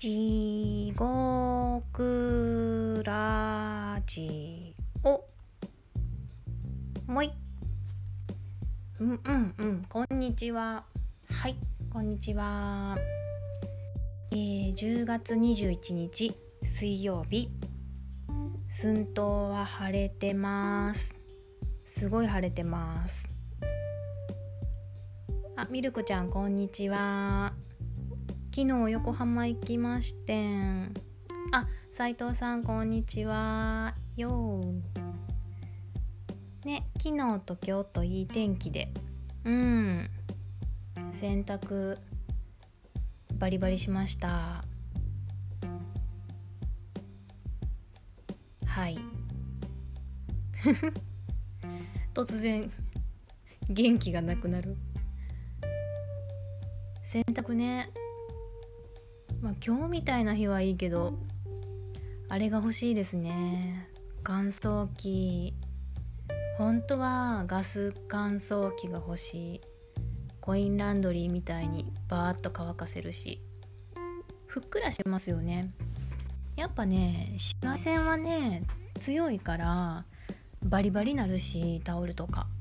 地獄ラジオもいこんにちは。はい、こんにちは。10月21日水曜日、寸東は晴れてます。すごい晴れてます。ミルクちゃんこんにちは。昨日横浜行きましてん。斉藤さんこんにちはよね。昨日と今日といい天気で洗濯バリバリしました。はい突然元気がなくなる。洗濯ね、今日みたいな日はいいけど、あれが欲しいですね。乾燥機。本当はガス乾燥機が欲しい。コインランドリーみたいにバーッと乾かせるし、ふっくらしますよね。やっぱね、紫外線はね強いからバリバリなるし、タオルとか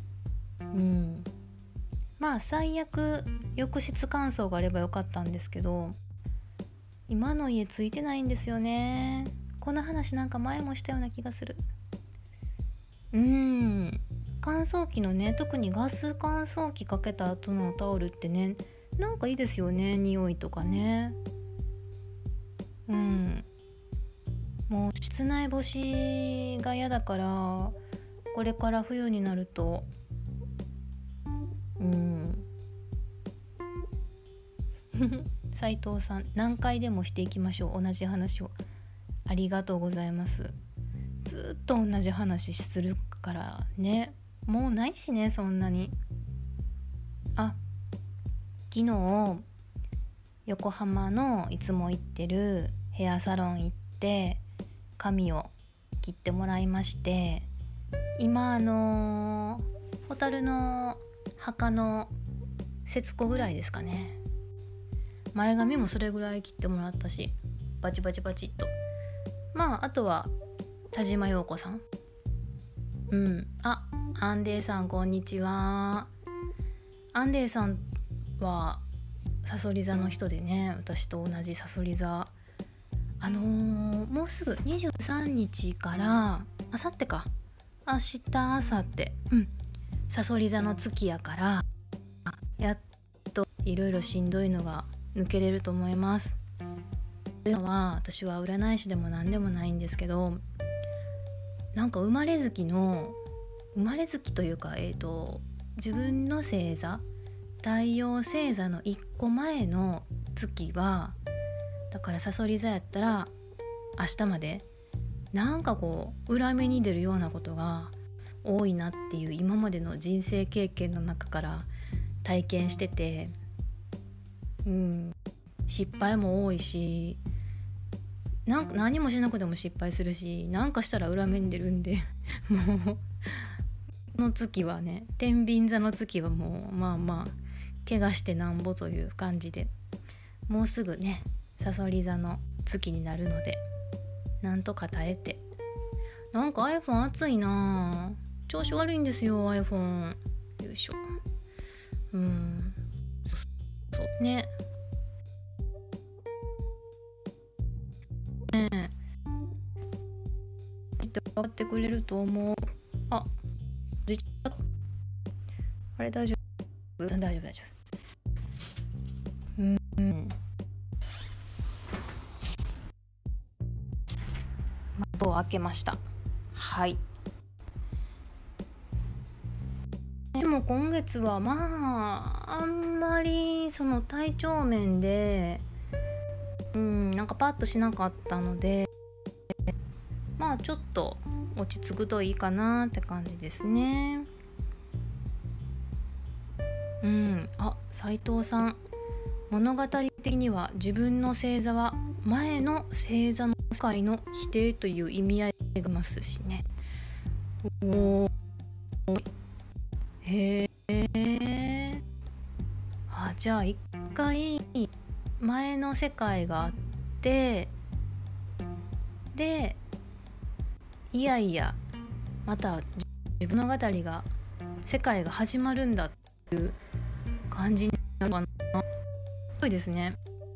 最悪浴室乾燥があればよかったんですけど、今の家ついてないんですよね。この話なんか前もしたような気がする。乾燥機のね、特にガス乾燥機かけた後のタオルってね、なんかいいですよね、匂いとかね。もう室内干しが嫌だから、これから冬になると斉藤さん、何回でもしていきましょう、同じ話を。ありがとうございます。ずっと同じ話するからね、もうないしね、そんなに。昨日横浜のいつも行ってるヘアサロン行って髪を切ってもらいまして、今ホタルの墓の節子ぐらいですかね。前髪もそれぐらい切ってもらったし、バチバチバチっと。あとは田島陽子さん。アンデーさんこんにちは。アンデーさんはさそり座の人でね、私と同じさそり座。もうすぐ23日からあさってか、明日あさってさそり座の月やから、やっといろいろしんどいのが抜けれると思います。というのは、私は占い師でも何でもないんですけど、なんか生まれ月というか、自分の星座、太陽星座の1個前の月は、だからさそり座やったら明日までなんかこう裏目に出るようなことが多いなっていう、今までの人生経験の中から体験してて、失敗も多いし、何もしなくても失敗するし、なんかしたら裏目に出るんでもうこの月はね、天秤座の月はもう怪我してなんぼという感じで、もうすぐねさそり座の月になるので、なんとか耐えて。なんか iPhone 熱いな、調子悪いんですよ iPhone。 よいしょ。そうね。分かってくれると思う。あれ大丈夫窓を開けました。はい。でも今月はあんまりその体調面でなんかパッとしなかったので、ちょっと落ち着くといいかなって感じですね。斉藤さん、物語的には自分の星座は前の星座の世界の否定という意味合いがますしね。へえ。じゃあ一回前の世界があって、でいやいやまた自分の物語が世界が始まるんだっていう感じになるかな。すごいですね。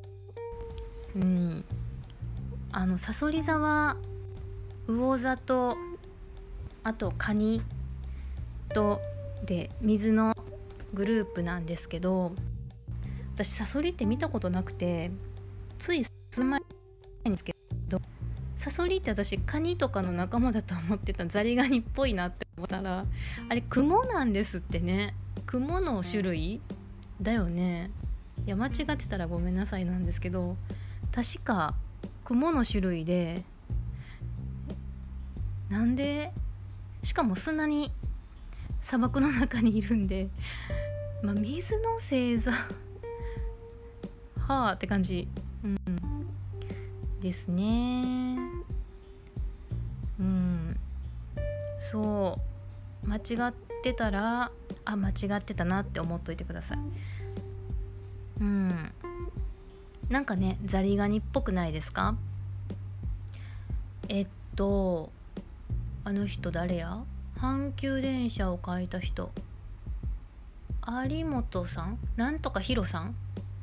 さそり座は魚座とあとカニとで水のグループなんですけど、私サソリって見たことなくて、つい数枚ないんですけど、サソリって私カニとかの仲間だと思ってた、ザリガニっぽいなって思ったら、あれクモなんですってね。クモの種類だよね。いや間違ってたらごめんなさいなんですけど、確かクモの種類で、なんでしかも砂に砂漠の中にいるんで、水の星座はあって感じ、ですね。そう間違ってたら間違ってたなって思っといてください。なんかねザリガニっぽくないですか？あの人誰や？阪急電車を描いた人、有本さん？なんとかヒロさん？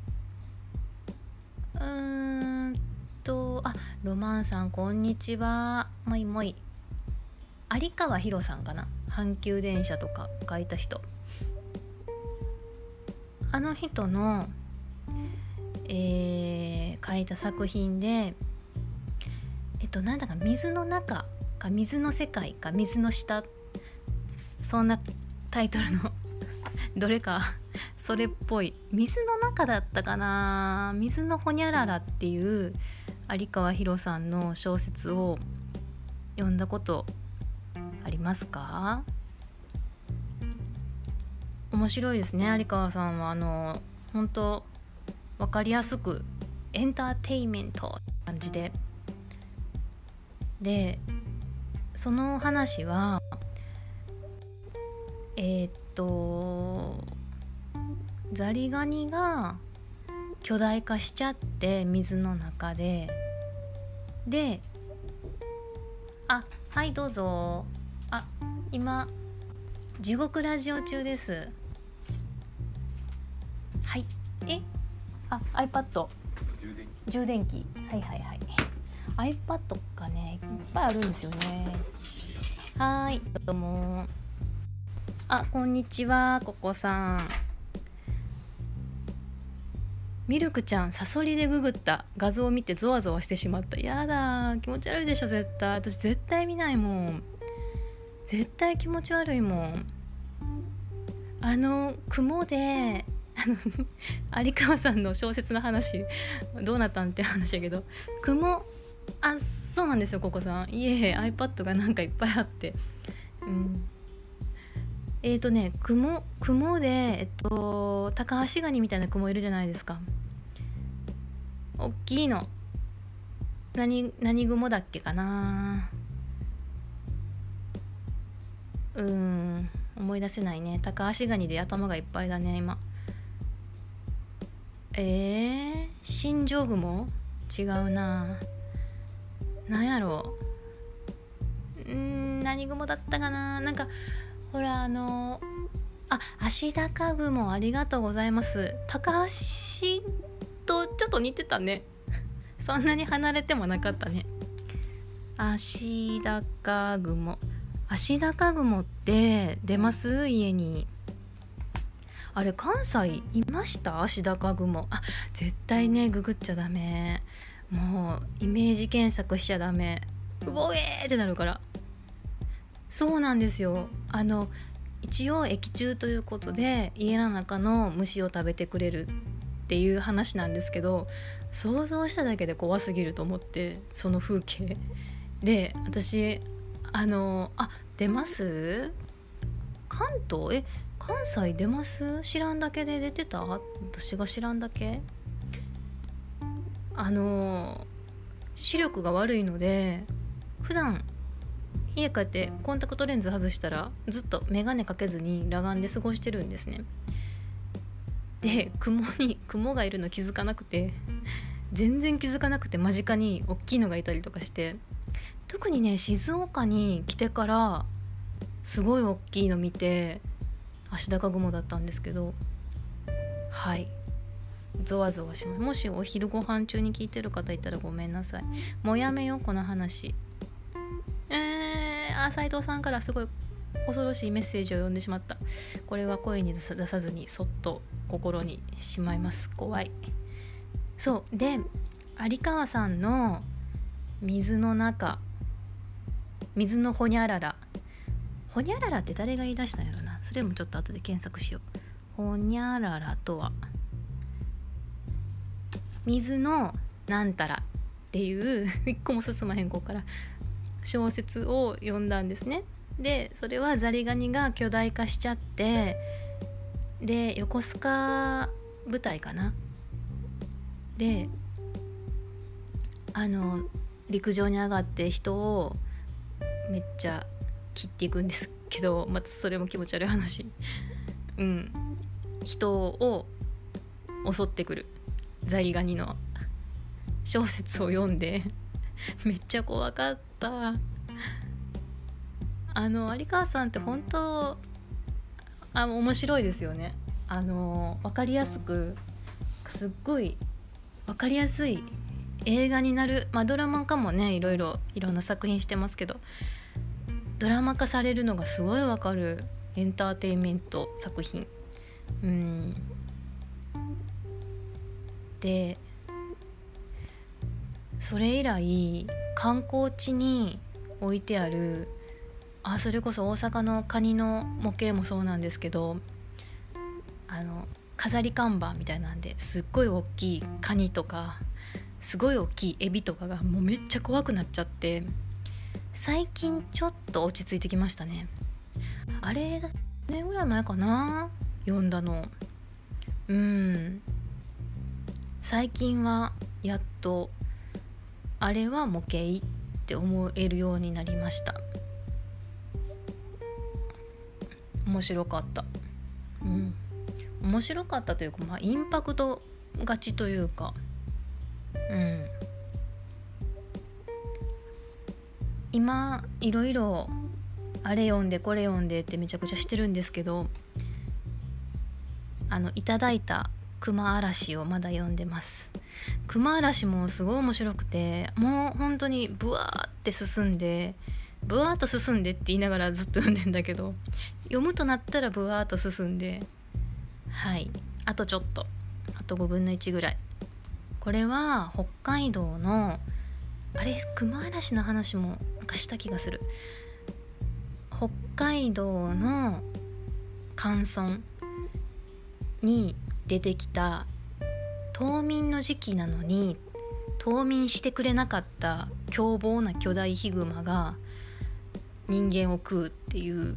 ロマンさんこんにちは。もいもい。有川ヒロさんかな？阪急電車とか描いた人。あの人の、描いた作品で、なんだか水の中か水の世界か水の下、そんなタイトルのどれかそれっぽい、水の中だったかな、水のほにゃららっていう有川博さんの小説を読んだことありますか？面白いですね。有川さんは本当分かりやすくエンターテインメントって感じで、その話はザリガニが巨大化しちゃって水の中ではいどうぞ。今地獄ラジオ中です。はい。iPad 充電器、はい iPad がねいっぱいあるんですよね。はいどうも。こんにちはココさん。ミルクちゃんサソリでググった画像を見てゾワゾワしてしまった。やだ気持ち悪いでしょ絶対。私絶対見ないもん。絶対気持ち悪いもん。雲で有川さんの小説の話どうなったんって話やけど、雲そうなんですよココさん。iPad がなんかいっぱいあって、雲でタカアシガニみたいな雲いるじゃないですか。おっきいの何雲だっけかな。思い出せないね。タカアシガニで頭がいっぱいだね今。新庄雲？違うな。なんやろう。何雲だったかな。なんかほら足高雲ありがとうございます。高橋とちょっと似てたね。そんなに離れてもなかったね。足高雲って出ます？家に。あれ関西いました？足高雲。絶対ねググっちゃダメ。もうイメージ検索しちゃダメ。うおえーってなるから。そうなんですよ。一応益虫ということで家の中の虫を食べてくれるっていう話なんですけど、想像しただけで怖すぎると思って、その風景で私出ます？関東関西出ます？知らんだけで出てた？私が知らんだけ。視力が悪いので普段家帰ってコンタクトレンズ外したらずっと眼鏡かけずに裸眼で過ごしてるんですね。で雲がいるの気づかなくて、 全然気づかなくて間近に大きいのがいたりとかして、特にね静岡に来てからすごい大きいの見てアシダカグモだったんですけど、はいゾワゾワします。もしお昼ご飯中に聞いてる方いたらごめんなさい。もうやめようこの話。斉藤さんからすごい恐ろしいメッセージを読んでしまった。これは声に出さずにそっと心にしまいます。怖い。そうで、有川さんの水の中、水のほにゃらら、ほにゃららって誰が言い出したんやろな。それもちょっと後で検索しよう。ほにゃららとは水のなんたらっていう一個も進まへんここから小説を読んだんですね。でそれはザリガニが巨大化しちゃって、で横須賀舞台かなで陸上に上がって人をめっちゃ切っていくんですけど、またそれも気持ち悪い話人を襲ってくるザリガニの小説を読んでめっちゃ怖かった。有川さんって本当面白いですよね。分かりやすく、すっごい分かりやすい映画になる、ドラマ化もねいろんな作品してますけど、ドラマ化されるのがすごい分かるエンターテインメント作品。でそれ以来観光地に置いてあるそれこそ大阪のカニの模型もそうなんですけど、飾り看板みたいなんですっごい大きいカニとかすごい大きいエビとかがもうめっちゃ怖くなっちゃって、最近ちょっと落ち着いてきましたね。あれ何年ぐらい前かな読んだの。最近はやっとあれは模型って思えるようになりました。面白かった。面白かったというか、インパクト勝ちというか、今いろいろあれ読んでこれ読んでってめちゃくちゃしてるんですけど、いただいた熊嵐をまだ読んでます。熊嵐もすごい面白くて、もう本当にブワーって進んでブワーっと進んでって言いながらずっと読んでんだけど、読むとなったらブワーっと進んで、あとちょっと、あと5分の1ぐらい。これは北海道の熊嵐の話もなんかした気がする。北海道の寒村に出てきた冬眠の時期なのに冬眠してくれなかった凶暴な巨大ヒグマが人間を食うっていう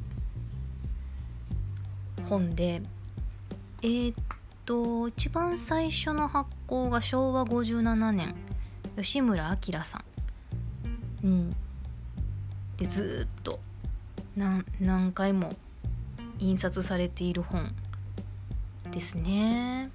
本で、一番最初の発行が昭和57年、吉村明さん、でずっと何回も印刷されている本ですね。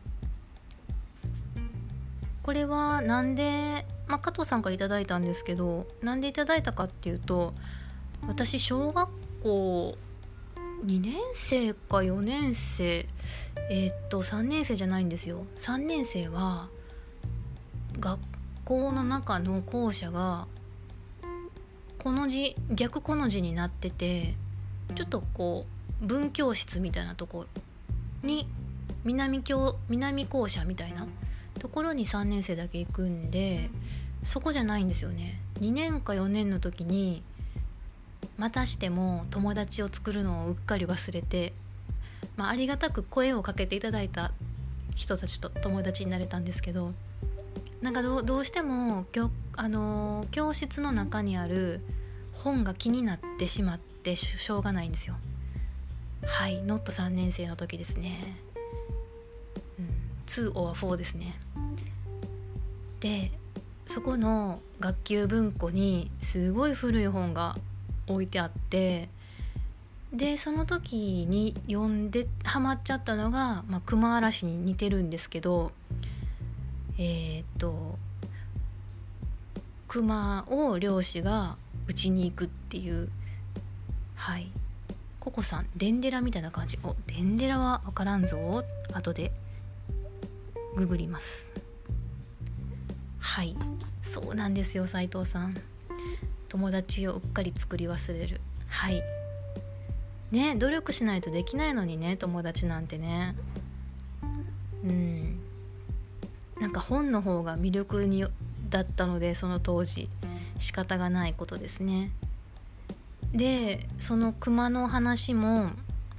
これはなんで、加藤さんからいただいたんですけど、なんでいただいたかっていうと、私小学校2年生か4年生3年生じゃないんですよ。3年生は学校の中の校舎が逆この字になってて、ちょっとこう文教室みたいなとこに南校舎みたいなところに3年生だけ行くんで、そこじゃないんですよね。2年か4年の時にまたしても友達を作るのをうっかり忘れて、ありがたく声をかけていただいた人たちと友達になれたんですけど、なんかどうしても教室の中にある本が気になってしまってしょうがないんですよ。ノット3年生の時ですね。2 or 4ですね。でそこの学級文庫にすごい古い本が置いてあって、でその時に読んでハマっちゃったのが、熊嵐に似てるんですけど、 クマを漁師が撃ちに行くっていう。はい、ココさんデンデラみたいな感じ。デンデラは分からんぞ、後でググります。はい、そうなんですよ斉藤さん。友達をうっかり作り忘れる。はいね、努力しないとできないのにね、友達なんてね。なんか本の方が魅力だったので、その当時仕方がないことですね。でその熊の話も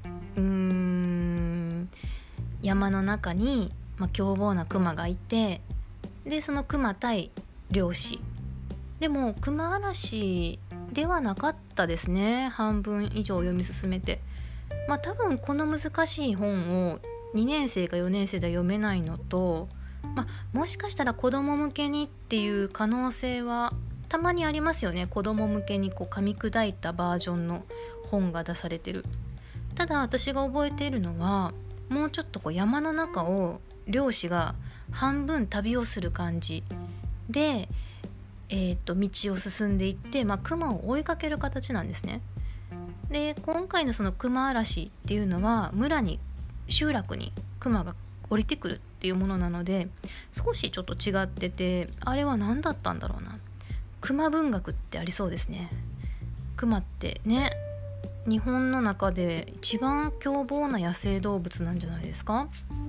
山の中に、凶暴な熊がいて、でその熊対漁師でも熊嵐ではなかったですね。半分以上読み進めて、多分この難しい本を2年生か4年生では読めないのと、もしかしたら子供向けにっていう可能性はたまにありますよね。子供向けに噛み砕いたバージョンの本が出されてる。ただ私が覚えているのは、もうちょっと山の中を漁師が半分旅をする感じで、道を進んでいって、熊を追いかける形なんですね。で今回のその熊嵐っていうのは集落に熊が降りてくるっていうものなので、少しちょっと違ってて、あれは何だったんだろうな。熊文学ってありそうですね。熊ってね、日本の中で一番凶暴な野生動物なんじゃないですか。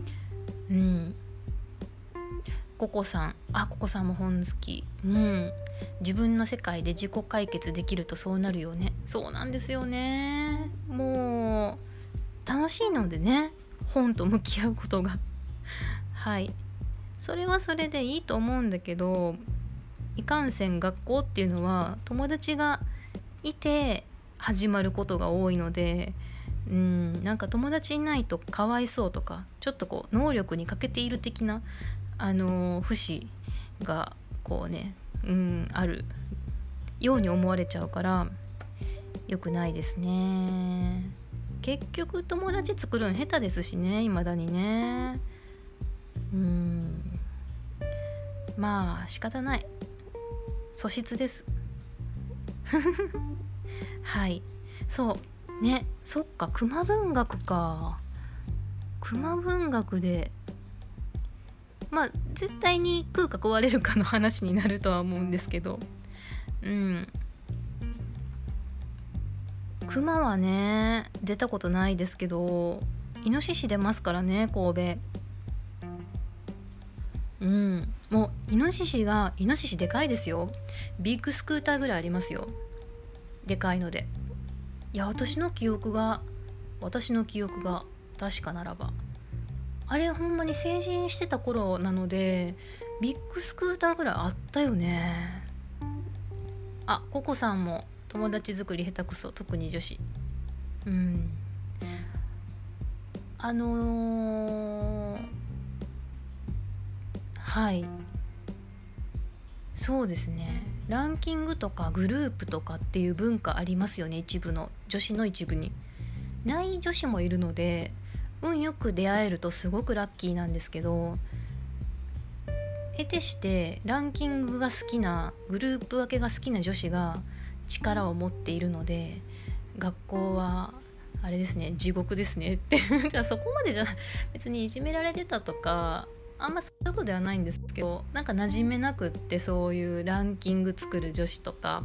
ココさんも本好き。自分の世界で自己解決できるとそうなるよね。そうなんですよね。もう楽しいのでね、本と向き合うことがはい、それはそれでいいと思うんだけど、いかんせん学校っていうのは友達がいて始まることが多いので、なんか友達いないとかわいそうとか、ちょっと能力に欠けている的な節があるように思われちゃうから良くないですね。結局友達作るの下手ですしね、未だにね。仕方ない、素質ですはいそうね。そっか、熊文学か。熊文学で絶対に食うか食われるかの話になるとは思うんですけど、熊はね出たことないですけど、イノシシ出ますからね、神戸。もうイノシシでかいですよ。ビッグスクーターぐらいありますよ、でかいので。いや、私の記憶が確かならば、あれほんまに成人してた頃なので、ビッグスクーターぐらいあったよね。ココさんも友達作り下手くそ、特に女子。はいそうですね、ランキングとかグループとかっていう文化ありますよね。女子の一部にない女子もいるので、運よく出会えるとすごくラッキーなんですけど、得てしてランキングが好きな、グループ分けが好きな女子が力を持っているので、学校はあれですね、地獄ですねってそこまでじゃ別にいじめられてたとかあんまそういうことではないんですけど、なんか馴染めなくって、そういうランキング作る女子とか。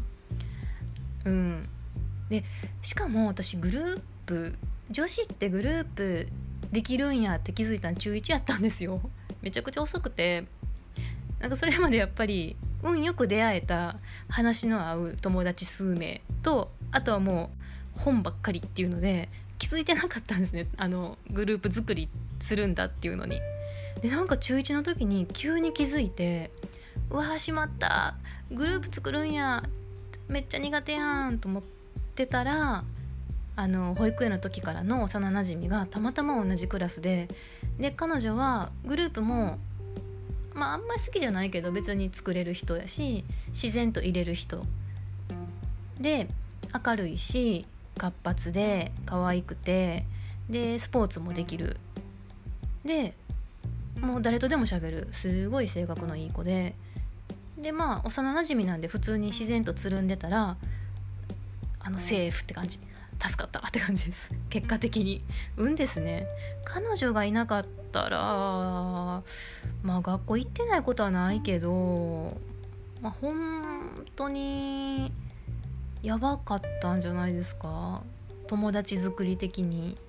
でしかも私女子ってグループできるんやって気づいたの中1やったんですよ。めちゃくちゃ遅くて、なんかそれまでやっぱり運よく出会えた話の合う友達数名と、あとはもう本ばっかりっていうので気づいてなかったんですね、グループ作りするんだっていうのに。でなんか中1の時に急に気づいて、うわーしまった、グループ作るんや、めっちゃ苦手やんと思ってたら、保育園の時からの幼なじみがたまたま同じクラスで、彼女はグループもあんまり好きじゃないけど別に作れる人やし、自然と入れる人で、明るいし活発で可愛くて、でスポーツもできる、でもう誰とでも喋るすごい性格のいい子で、 でまあ幼なじみなんで普通に自然とつるんでたらセーフって感じ、助かったって感じです。結果的に運ですね。彼女がいなかったらまあ学校行ってないことはないけど、まあ本当にやばかったんじゃないですか、友達作り的に。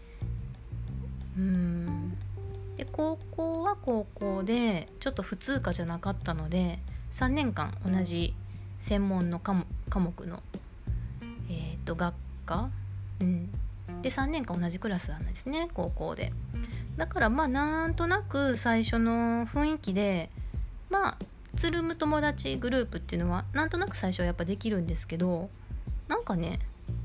で高校は高校でちょっと普通科じゃなかったので3年間同じ専門の科目の学科、で3年間同じクラスなんですね、高校で。だからまあなんとなく最初の雰囲気でまあつるむ友達グループっていうのはなんとなく最初はやっぱできるんですけど、なんかね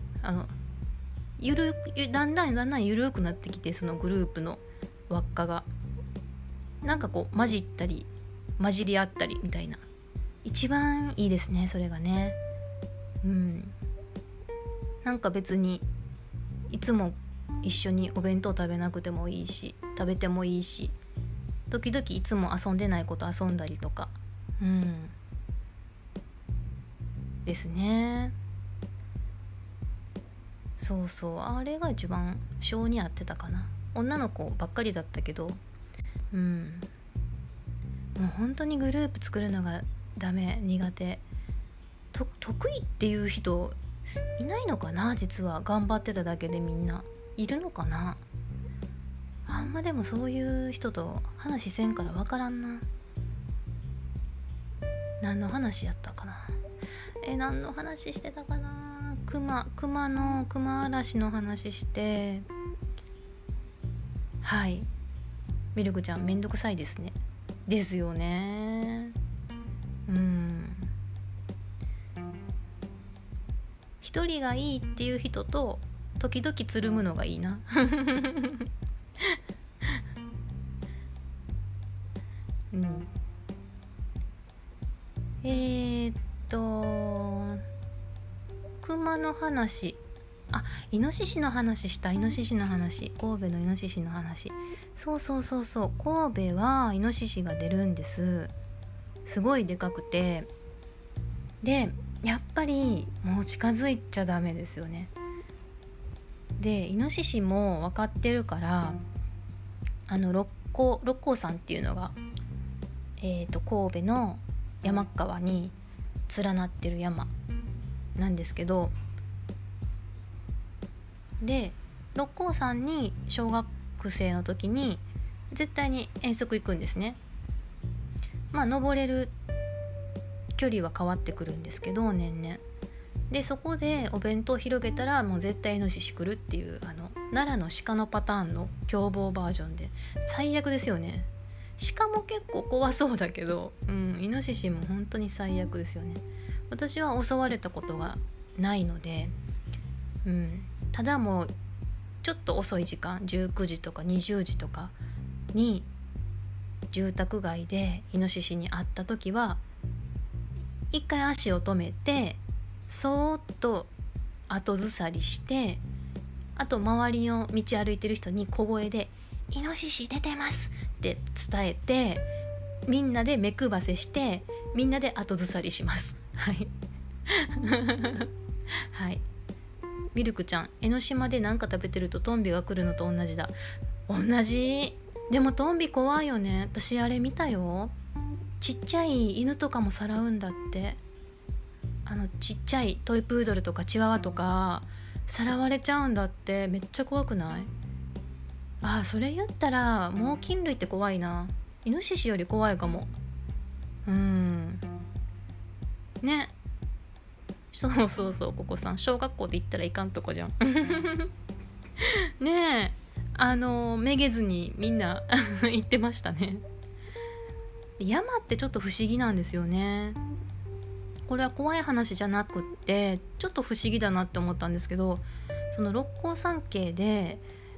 だんだん緩くなってきて、そのグループの輪っかがなんかこう混じったり混じり合ったりみたいな、一番いいですねそれがね。なんか別にいつも一緒にお弁当食べなくてもいいし食べてもいいし、時々いつも遊んでない子と遊んだりとか、ですね。そうそう、あれが一番性に合ってたかな。女の子ばっかりだったけど、もう本当にグループ作るのがダメ、苦手。得意っていう人いないのかな、実は。頑張ってただけでみんないるのかな。あんまでもそういう人と話せんから分からんな。何の話やったかな。何の話してたかな。熊嵐の話して、はい、ミルクちゃんめんどくさいですね。ですよね。一人がいいっていう人と時々つるむのがいいな。熊の話、イノシシの話した。イノシシの話、神戸のイノシシの話。そう神戸はイノシシが出るんです。すごいでかくて、でやっぱりもう近づいちゃダメですよね。でイノシシも分かってるから、六甲山っていうのが、神戸の山川に連なってる山なんですけど、で六甲山に小学生の時に絶対に遠足行くんですね。まあ登れる距離は変わってくるんですけど年々で、そこでお弁当広げたらもう絶対イノシシ来るっていう、奈良の鹿のパターンの凶暴バージョンで最悪ですよね。鹿も結構怖そうだけど、イノシシも本当に最悪ですよね。私は襲われたことがないので、ただもうちょっと遅い時間、19時とか20時とかに住宅街でイノシシに会った時は一回足を止めてそーっと後ずさりして、あと周りの道歩いてる人に小声でイノシシ出てますって伝えて、みんなで目配せしてみんなで後ずさりします。はいはい。ミルクちゃん、江ノ島で何か食べてるとトンビが来るのと同じだ。同じ。でもトンビ怖いよね。私あれ見たよ。ちっちゃい犬とかもさらうんだって。ちっちゃいトイプードルとかチワワとかさらわれちゃうんだって。めっちゃ怖くない？それ言ったら猛禽類って怖いな。イノシシより怖いかも。ね。そうここさん小学校で行ったらいかんとこじゃんねえ、めげずにみんな行ってましたね。山ってちょっと不思議なんですよね。これは怖い話じゃなくってちょっと不思議だなって思ったんですけど、その六甲山系で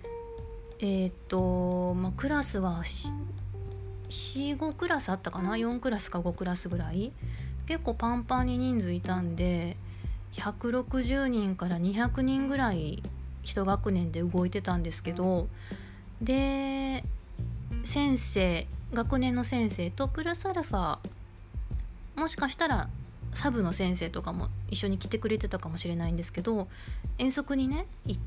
クラスが4,5クラスあったかな。4クラスか5クラスぐらい、結構パンパンに人数いたんで160人から200人ぐらい一学年で動いてたんですけど、で学年の先生とプラスアルファもしかしたらサブの先生とかも一緒に来てくれてたかもしれないんですけど、遠足にね行って、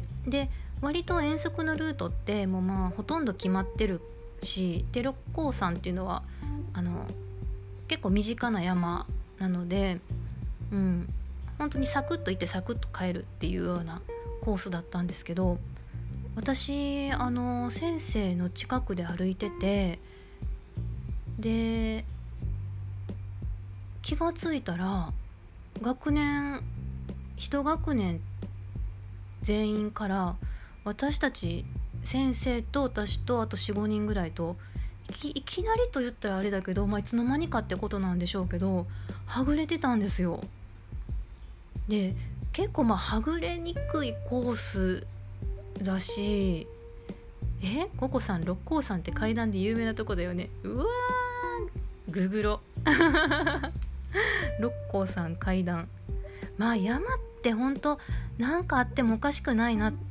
で割と遠足のルートってもうまあほとんど決まってるし、で六甲山っていうのは結構身近な山なので、本当にサクッと行ってサクッと帰るっていうようなコースだったんですけど、私先生の近くで歩いてて、で気がついたら一学年全員から私たち先生と私とあと 4,5 人ぐらいといきなりと言ったらあれだけど、いつの間にかってことなんでしょうけどはぐれてたんですよ。で結構はぐれにくいコースだし、ココさん六甲山って階段で有名なとこだよね。うわーググロ六甲山階段、山って本当なんかあってもおかしくないなって、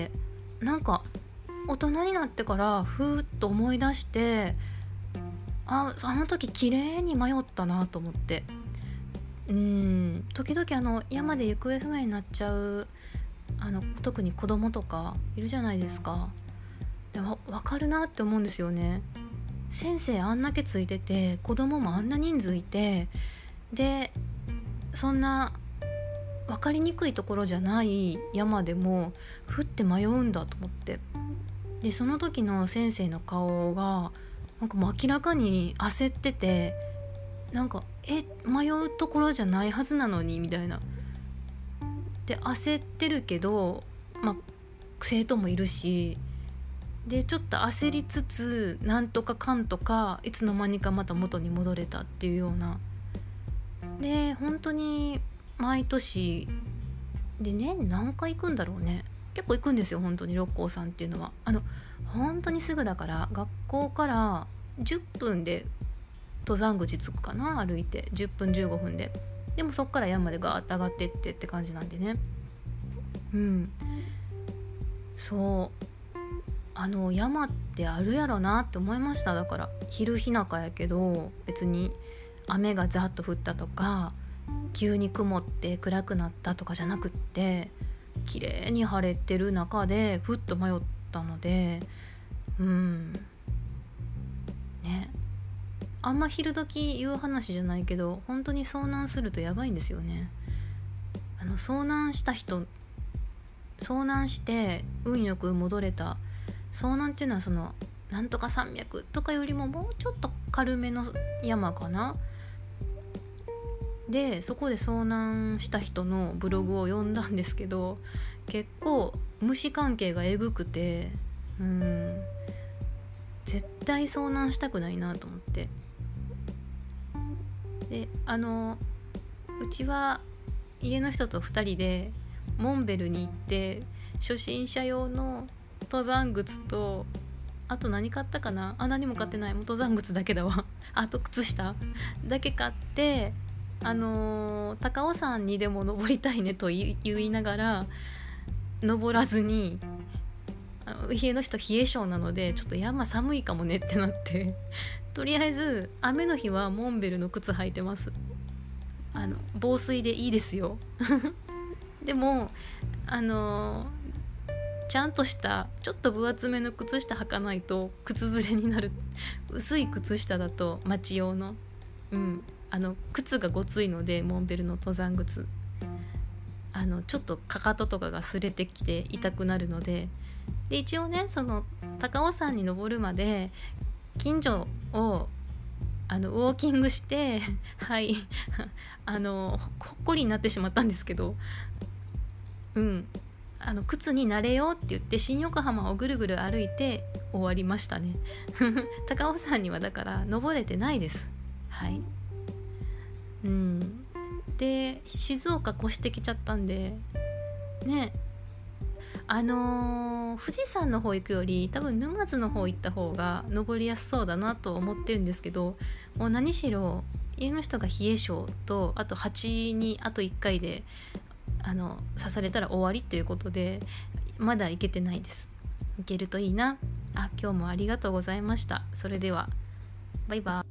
なんか大人になってからふーっと思い出して、あの時綺麗に迷ったなと思って、時々山で行方不明になっちゃう特に子供とかいるじゃないですか。でも分かるなって思うんですよね。先生あんだけついてて子供もあんな人数いて、でそんな分かりにくいところじゃない山でもふって迷うんだと思って、でその時の先生の顔がなんかもう明らかに焦ってて、なんか迷うところじゃないはずなのにみたいな、で焦ってるけど生徒もいるし、でちょっと焦りつつなんとかかんとかいつの間にかまた元に戻れたっていうような。で本当に毎年で年何回行くんだろうね、結構行くんですよ本当に六甲山っていうのは。本当にすぐだから、学校から10分で登山口着くかな、歩いて10分15分で。でもそっから山までガーッと上がってって感じなんでね。そう山ってあるやろなって思いました。だから昼日中やけど別に雨がザッと降ったとか急に曇って暗くなったとかじゃなくって、綺麗に晴れてる中でふっと迷ったので、あんま昼時言う話じゃないけど本当に遭難するとやばいんですよね。遭難して運よく戻れた。遭難っていうのはそのなんとか山脈とかよりももうちょっと軽めの山かな。でそこで遭難した人のブログを読んだんですけど、結構虫関係がえぐくて、絶対遭難したくないなと思って。でうちは家の人と2人でモンベルに行って初心者用の登山靴と、あと何買ったかな、何も買ってない、もう登山靴だけだわあと靴下だけ買って、高尾山にでも登りたいねと言いながら登らずに、家の人冷え性なのでちょっと山寒いかもねってなってとりあえず雨の日はモンベルの靴履いてます。防水でいいですよでもちゃんとしたちょっと分厚めの靴下履かないと靴ずれになる。薄い靴下だと街用の靴がごついので、モンベルの登山靴ちょっとかかととかが擦れてきて痛くなるので、一応ねその高尾山に登るまで近所をウォーキングしてはいほっこりになってしまったんですけど、靴に慣れようって言って新横浜をぐるぐる歩いて終わりましたね高尾山にはだから登れてないです。で静岡越してきちゃったんでね、富士山の方行くより多分沼津の方行った方が登りやすそうだなと思ってるんですけど、もう何しろ家の人が冷え性とあと蜂にあと1回で刺されたら終わりということでまだ行けてないです。行けるといいな。今日もありがとうございました。それではバイバイ。